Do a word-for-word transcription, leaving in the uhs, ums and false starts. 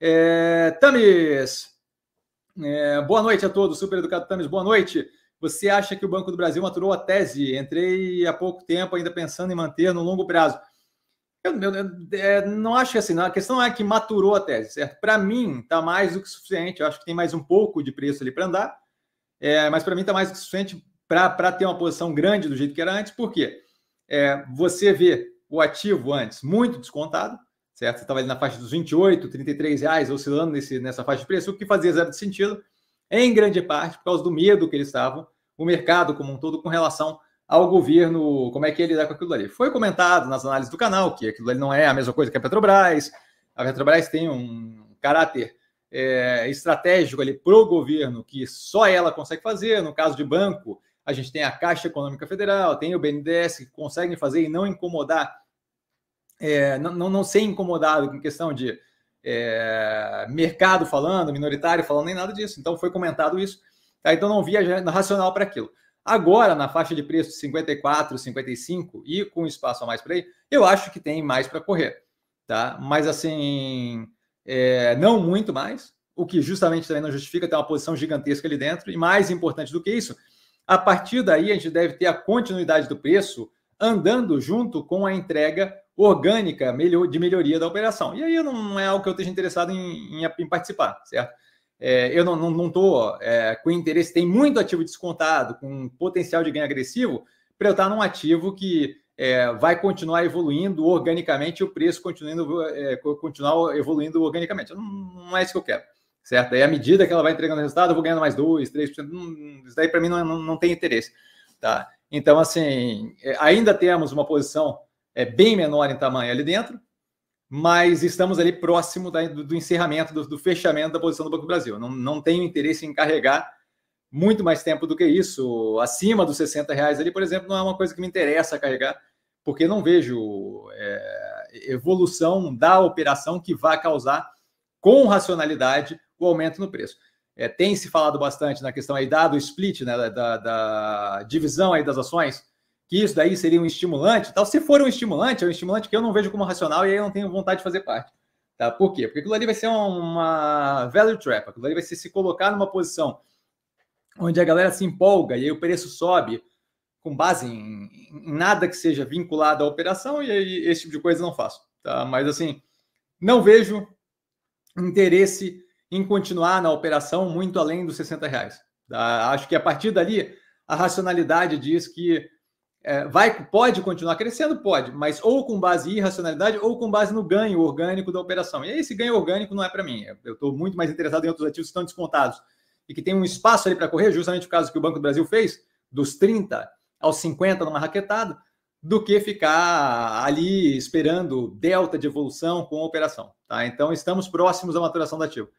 É, Tamis, é, boa noite a todos, super educado Tamis, boa noite. Você acha que o Banco do Brasil maturou a tese? Entrei há pouco tempo ainda pensando em manter no longo prazo. Eu, eu, eu é, não acho que assim, não, a questão é que maturou a tese, certo? Para mim, está mais do que suficiente. Eu acho que tem mais um pouco de preço ali para andar, é, mas para mim está mais do que suficiente para ter uma posição grande do jeito que era antes. Por quê? É, você vê o ativo antes muito descontado, certo? Você estava ali na faixa dos vinte e oito, trinta e três reais, oscilando nesse, nessa faixa de preço, o que fazia zero de sentido, em grande parte por causa do medo que eles estavam, o mercado como um todo, com relação ao governo, como é que ele lidar com aquilo ali. Foi comentado nas análises do canal que aquilo ali não é a mesma coisa que a Petrobras. A Petrobras tem um caráter é, estratégico ali para o governo que só ela consegue fazer. No caso de banco, a gente tem a Caixa Econômica Federal, tem o B N D E S que conseguem fazer e não incomodar, é, não, não, não ser incomodado com questão de é, mercado falando, minoritário falando, nem nada disso. Então foi comentado isso. Tá? Então não via racional para aquilo. Agora, na faixa de preço de cinquenta e quatro, cinquenta e cinco e com espaço a mais para aí, eu acho que tem mais para correr. Tá? Mas assim, é, não muito mais, o que justamente também não justifica ter uma posição gigantesca ali dentro. E mais importante do que isso, a partir daí a gente deve ter a continuidade do preço andando junto com a entrega orgânica de melhoria da operação. E aí não é algo que eu esteja interessado em, em, em participar, certo? É, eu não estou é, com interesse, tem muito ativo descontado, com potencial de ganho agressivo, para eu estar num ativo que é, vai continuar evoluindo organicamente e o preço continuando, é, continuar evoluindo organicamente. Não, não é isso que eu quero, certo? Aí, à medida que ela vai entregando resultado, eu vou ganhando mais dois, três por cento. Não, isso daí, para mim, não, não, não tem interesse. Tá? Então, assim, ainda temos uma posição é, bem menor em tamanho ali dentro, mas estamos ali próximo da, do, do encerramento, do, do fechamento da posição do Banco do Brasil. Não, não tenho interesse em carregar muito mais tempo do que isso. Acima dos sessenta reais ali, por exemplo, não é uma coisa que me interessa carregar, porque não vejo é, evolução da operação que vá causar, com racionalidade, o aumento no preço. É, tem se falado bastante na questão aí, dado o split, né, da, da divisão aí das ações, que isso daí seria um estimulante, tal. Se for um estimulante, é um estimulante que eu não vejo como racional e aí eu não tenho vontade de fazer parte. Tá? Por quê? Porque aquilo ali vai ser uma value trap, aquilo ali vai ser se colocar numa posição onde a galera se empolga e aí o preço sobe com base em, em nada que seja vinculado à operação, e aí esse tipo de coisa eu não faço. Tá? Mas assim, não vejo interesse em continuar na operação muito além dos sessenta reais. Tá? Acho que a partir dali, a racionalidade diz que É, vai, pode continuar crescendo? Pode, mas ou com base em irracionalidade ou com base no ganho orgânico da operação. E aí, esse ganho orgânico não é para mim. Eu estou muito mais interessado em outros ativos que estão descontados e que tem um espaço ali para correr, justamente o caso que o Banco do Brasil fez, dos trinta aos cinquenta numa raquetada, do que ficar ali esperando delta de evolução com a operação. Tá? Então, estamos próximos da maturação do ativo.